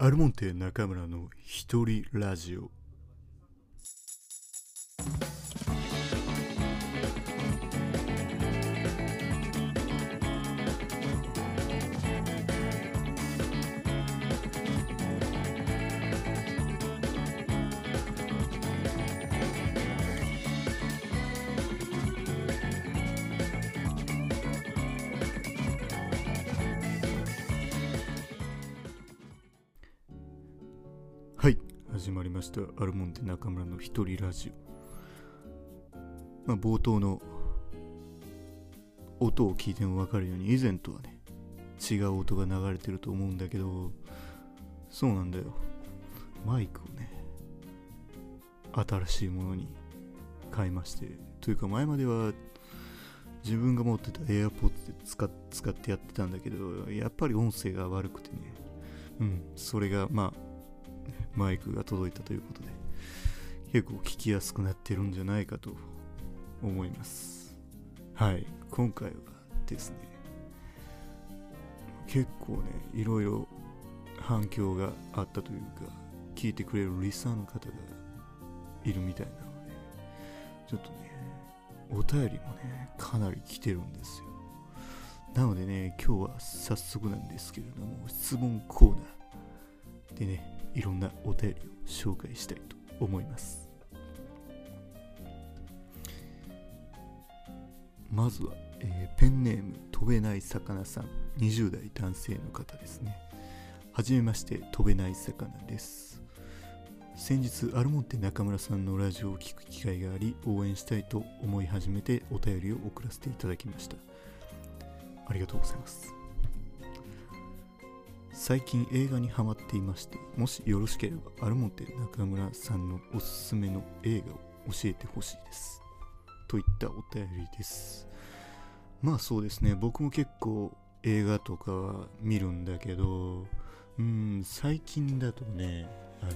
アルモンテ中村の一人ラジオ。はい、始まりました。アルモンテ中村の一人ラジオ。冒頭の音を聞いても分かるように、以前とはね、違う音が流れてると思うんだけど、そうなんだよ。マイクをね、新しいものに変えまして、というか前までは自分が持ってた AirPods で使ってやってたんだけど、やっぱり音声が悪くてね、それがマイクが届いたということで結構聞きやすくなってるんじゃないかと思います。はい、今回はですね、結構ねいろいろ反響があったというか、聞いてくれるリスナーの方がいるみたいなので、ちょっとねお便りもねかなり来てるんですよ。なのでね、今日は早速なんですけれども、質問コーナーでね、いろんなお便りを紹介したいと思います。まずは、ペンネーム飛べない魚さん、20代男性の方ですね。はじめまして、飛べない魚です。先日アルモンテ中村さんのラジオを聞く機会があり、応援したいと思い始めてお便りを送らせていただきました。ありがとうございます。最近映画にハマっていまして、もしよろしければアルモンテ中村さんのおすすめの映画を教えてほしいですといったお便りです。そうですね、僕も結構映画とかは見るんだけど、最近だとね、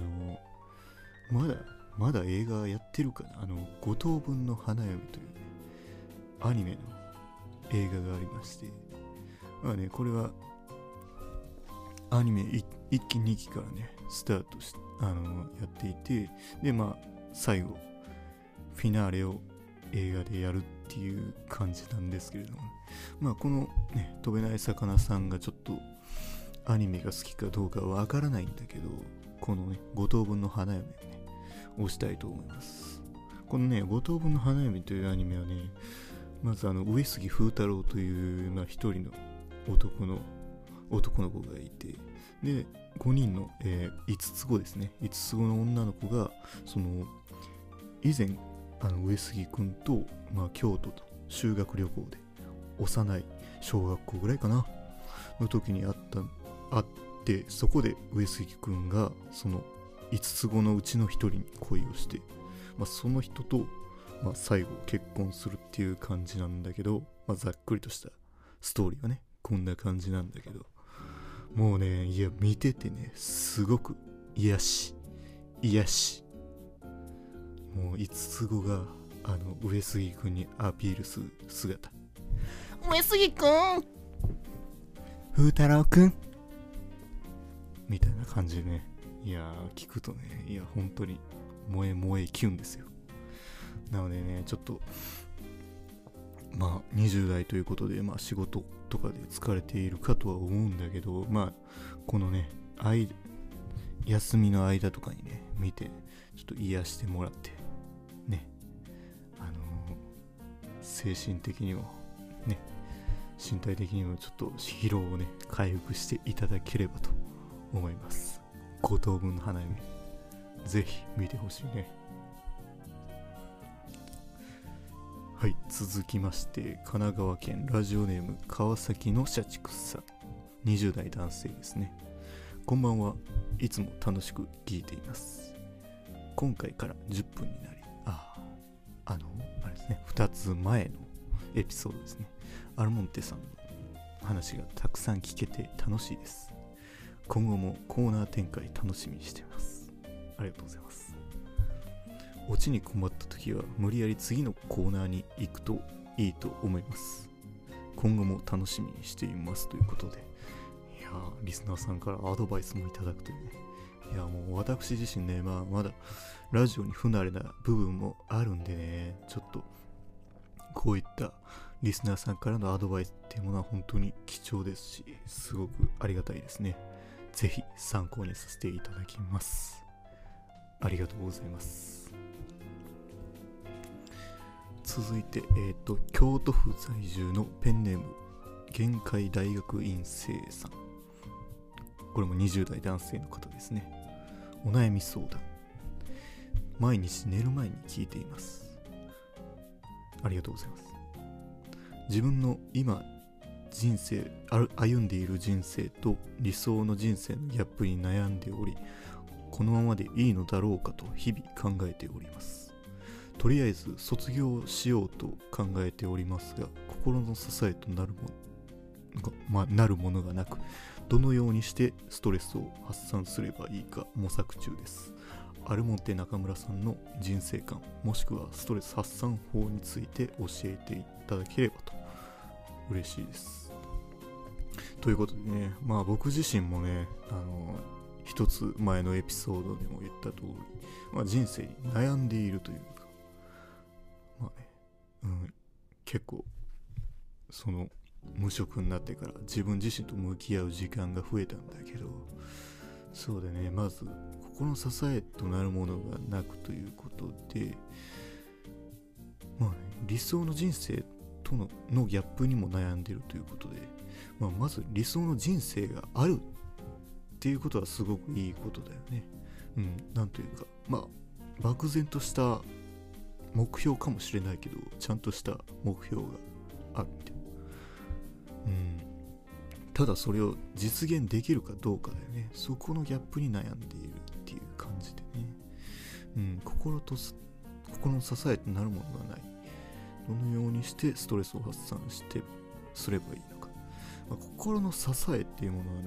まだ映画やってるかな、五等分の花嫁というね、アニメの映画がありまして、これはアニメ1期2期からねスタートしやっていて、で最後フィナーレを映画でやるっていう感じなんですけれども、このね飛べない魚さんがちょっとアニメが好きかどうかはわからないんだけど、このね五等分の花嫁をね推したいと思います。このね五等分の花嫁というアニメはね、まず上杉風太郎という一人の男の子がいて、で5人の、5つ子ですね、5つ子の女の子が以前上杉くんと、京都と修学旅行で幼い小学校ぐらいかなの時に会って、そこで上杉くんがその5つ子のうちの1人に恋をして、その人と、最後結婚するっていう感じなんだけど、ざっくりとしたストーリーはねこんな感じなんだけど、もうね、見ててねすごく癒し、もう5つ子が上杉くんにアピールする姿、上杉くん、風太郎くんみたいな感じでね、聞くとね、本当に萌えキュンですよ。なのでね、ちょっと20代ということで、仕事とかで疲れているかとは思うんだけど、このね休みの間とかにね見て、ちょっと癒してもらってね、精神的にもね身体的にもちょっと疲労をね回復していただければと思います。五等分の花嫁、ぜひ見てほしいね。はい、続きまして、神奈川県ラジオネーム川崎の社畜さん、20代男性ですね。こんばんは。いつも楽しく聞いています。今回から10分になり、あれですね、2つ前のエピソードですね。アルモンテさんの話がたくさん聞けて楽しいです。今後もコーナー展開楽しみにしています。ありがとうございます。オチに困った時は無理やり次のコーナーに行くといいと思います。今後も楽しみにしていますということで、 やリスナーさんからアドバイスもいただくというね。いやもう私自身ね、まだラジオに不慣れな部分もあるんでね、ちょっとこういったリスナーさんからのアドバイスっていうものは本当に貴重ですし、すごくありがたいですね。ぜひ参考にさせていただきます。ありがとうございます。続いて、京都府在住のペンネーム限界大学院生さん。これも20代男性の方ですね。お悩み相談。毎日寝る前に聞いています。ありがとうございます。自分の今歩んでいる人生と理想の人生のギャップに悩んでおり、このままでいいのだろうかと日々考えております。とりあえず卒業しようと考えておりますが、心の支えとなるものがなく、どのようにしてストレスを発散すればいいか模索中です。アルモンテ中村さんの人生観、もしくはストレス発散法について教えていただければと嬉しいです。ということでね、僕自身もね、一つ前のエピソードでも言った通り、人生に悩んでいるというか、結構その無職になってから自分自身と向き合う時間が増えたんだけど、そうでね、まず心の支えとなるものがなくということで、理想の人生とのギャップにも悩んでいるということで、まず理想の人生があるっていうことはすごくいいことだよね。なんというか、漠然とした目標かもしれないけど、ちゃんとした目標があって、ただそれを実現できるかどうかだよね。そこのギャップに悩んでいるっていう感じでね。心の支えとなるものがない。どのようにしてストレスを発散すればいいのか。心の支えっていうものは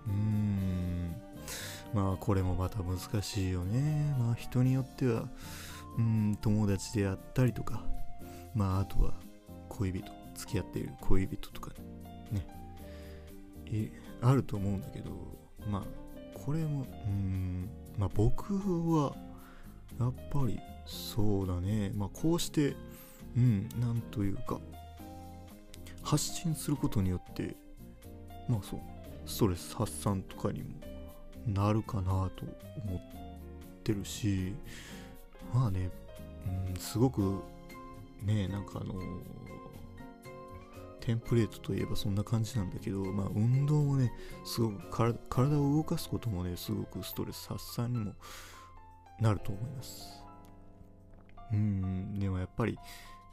ね、これもまた難しいよね。人によっては友達であったりとか、あとは付き合っている恋人とかね、あると思うんだけど、これも僕はやっぱりそうだね、こうしてなんというか発信することによってストレス発散とかにもなるかなと思ってるし、すごくね、テンプレートといえばそんな感じなんだけど、運動もね、すごく体を動かすこともね、すごくストレス発散にもなると思います。でもやっぱり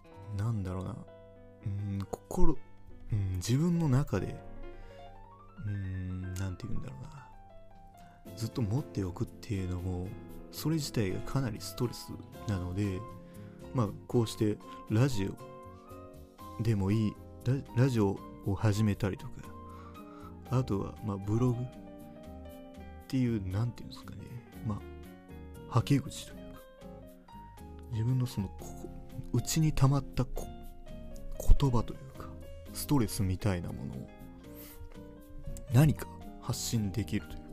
自分の中でずっと持っておくっていうのも、それ自体がかなりストレスなので、こうしてラジオでもいい、ラジオを始めたりとか、あとはブログっていうはけ口というか、自分のその内に溜まった言葉というか、ストレスみたいなものを何か発信できるというか、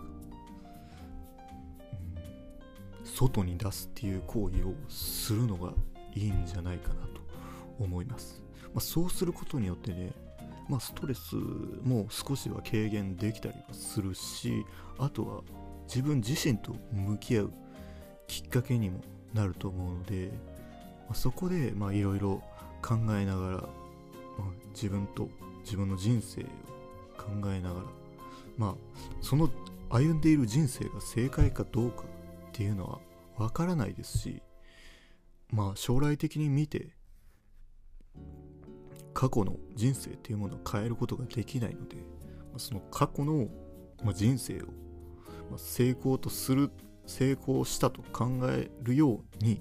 外に出すっていう行為をするのがいいんじゃないかなと思います。そうすることによってね、ストレスも少しは軽減できたりはするし、あとは自分自身と向き合うきっかけにもなると思うので、そこでいろいろ考えながら、自分の人生を考えながら、その歩んでいる人生が正解かどうかっていうのはわからないですし、将来的に見て過去の人生っていうものを変えることができないので、その過去の人生を成功したと考えるように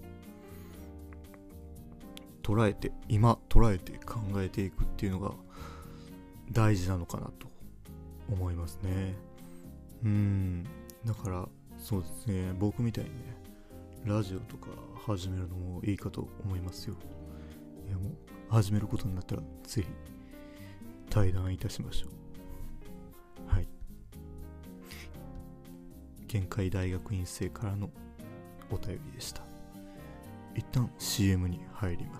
捉えて考えていくっていうのが大事なのかなと思いますね。だからそうですね、僕みたいにね、ラジオとか始めるのもいいかと思いますよ。いやもう始めることになったらぜひ対談いたしましょう。はい。 限界大学院生からのお便りでした。一旦 CM に入ります。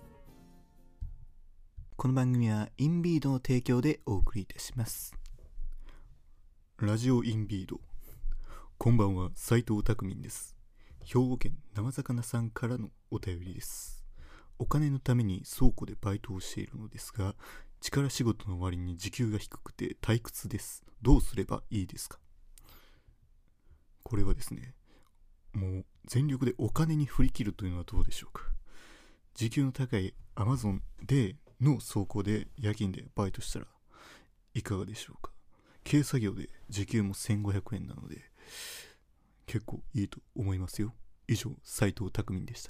この番組はインビードの提供でお送りいたします。ラジオインビード、こんばんは、斉藤匠です。兵庫県生魚さんからのお便りです。お金のために倉庫でバイトをしているのですが、力仕事の割に時給が低くて退屈です。どうすればいいですか？これはですね、もう全力でお金に振り切るというのはどうでしょうか。時給の高い Amazon での倉庫で夜勤でバイトしたらいかがでしょうか。軽作業で時給も1500円なので結構いいと思いますよ。以上、斉藤匠でした。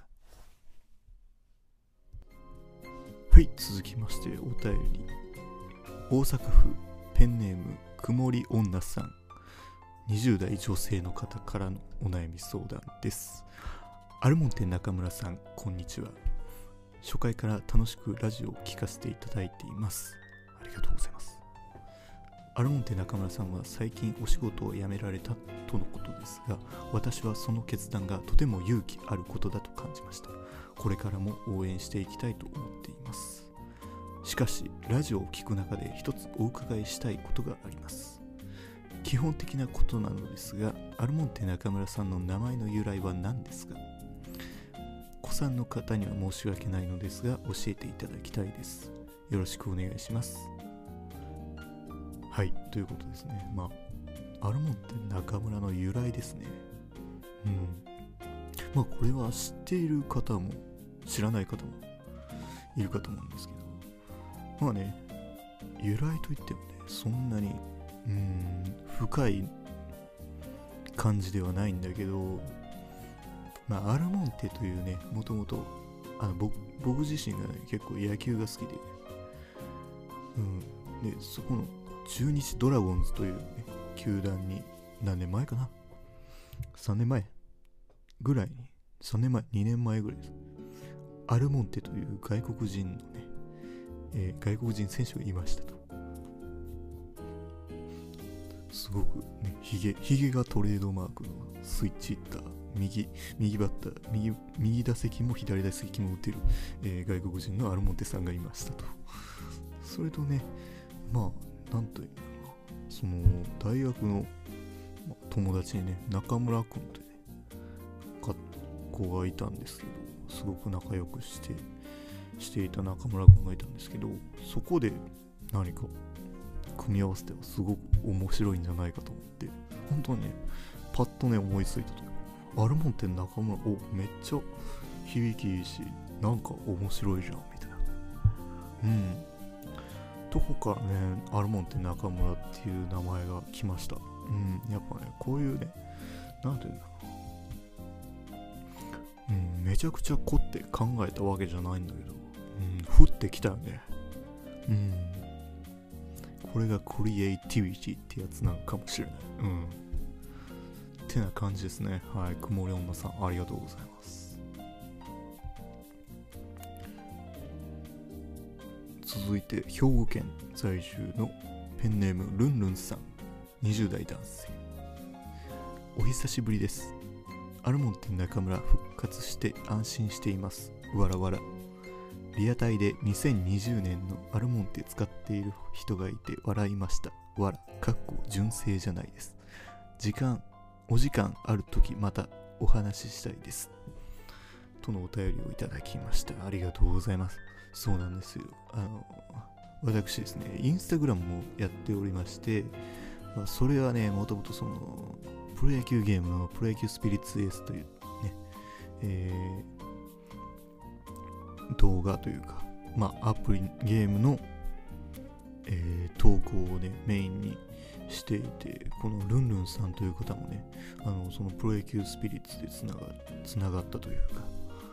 はい、続きましてお便り、大阪府ペンネームくもり女さん、20代女性の方からのお悩み相談です。アルモンテ中村さん、こんにちは。初回から楽しくラジオを聞かせていただいています。ありがとうございます。アルモンテ中村さんは最近お仕事を辞められたとのことですが、私はその決断がとても勇気あることだと感じました。これからも応援していきたいと思っています。しかしラジオを聞く中で一つお伺いしたいことがあります。基本的なことなのですが、アルモンテ中村さんの名前の由来は何ですか？子さんの方には申し訳ないのですが教えていただきたいです。よろしくお願いします。はい、ということですね。アルモンテ中村の由来ですね。これは知っている方も知らない方もいるかと思うんですけど、由来といってもね、そんなに深い感じではないんだけど、アルモンテというね、もともと僕自身がね、結構野球が好きで、でそこの中日ドラゴンズという、ね、球団に何年前かな、3年前ぐらいに、3年前2年前ぐらいです、アルモンテという外国人のね、外国人選手がいましたと。すごくね、ヒゲがトレードマークのスイッチヒッター、右バッター、右打席も左打席も打てる、外国人のアルモンテさんがいましたと。それとね、なんというかな、その大学の友達にね、中村くんというね、子がいたんですけど、すごく仲良くしていた中村くんがいたんですけど、そこで何か組み合わせてはすごく面白いんじゃないかと思って、本当にね、パッとね思いついたというか、アルモンテ中村、めっちゃ響きいいし、なんか面白いじゃんみたいな、どこからね、アルモンテ中村っていう名前が来ました。やっぱね、こういうね、なんていうんだろう、めちゃくちゃ凝って考えたわけじゃないんだけど、降ってきたよね。これがクリエイティビティってやつなのかもしれない。ってな感じですね。はい、くもり女さん、ありがとうございます。続いて、兵庫県在住のペンネームルンルンさん、20代男性。お久しぶりです。アルモンテ中村復活して安心しています。わらわら。リアタイで2020年のアルモンテ使っている人がいて笑いました。わら、かっこ純正じゃないです。お時間あるときまたお話ししたいです。とのお便りをいただきました。ありがとうございます。そうなんですよ。私ですね、インスタグラムもやっておりまして、それはね、もともとその、プロ野球ゲームのプロ野球スピリッツエースというね、動画というか、アプリゲームの、投稿をね、メインにしていて、このルンルンさんという方もね、そのプロ野球スピリッツでつながったというか、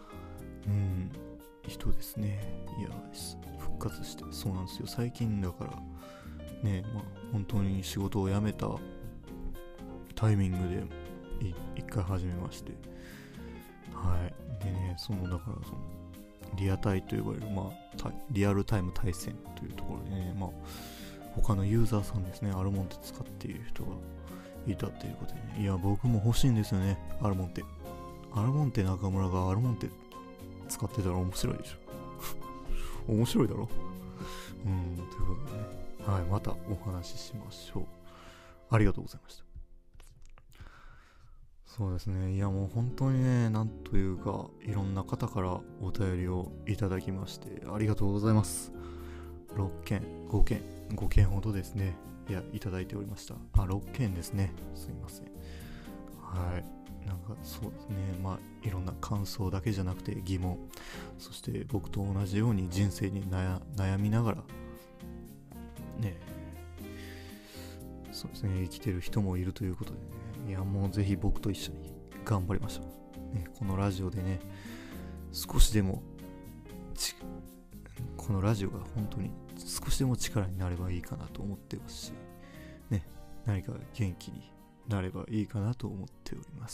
人ですね。いや、復活して、そうなんですよ。最近だからね、本当に仕事を辞めたタイミングで一回始めまして、はい。でね、だからリアタイと呼ばれる、リアルタイム対戦というところでね、他のユーザーさんですね、アルモンテ使っている人がいたっていうことでね。いや、僕も欲しいんですよね、アルモンテ。アルモンテ中村がアルモンテ使ってたら面白いでしょ。面白いだろ。ということでね。はい、またお話ししましょう。ありがとうございました。そうですね。いや、もう本当にね、なんというか、いろんな方からお便りをいただきまして、ありがとうございます。6件、5件ほどですね。いただいておりました。6件ですね。すいません。はい。なんかそうですね。いろんな感想だけじゃなくて疑問、そして僕と同じように人生に悩みながら、ね、そうですね、生きてる人もいるということでね。いや、もうぜひ僕と一緒に頑張りましょう。ね、このラジオでね、少しでもこのラジオが本当に少しでも力になればいいかなと思ってますし、ね、何か元気になればいいかなと思っております。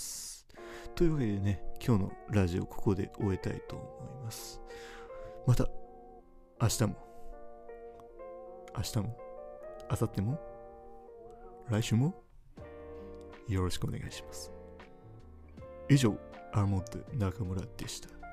というわけでね、今日のラジオここで終えたいと思います。また明日も明後日も来週もよろしくお願いします。以上、アーモンド中村でした。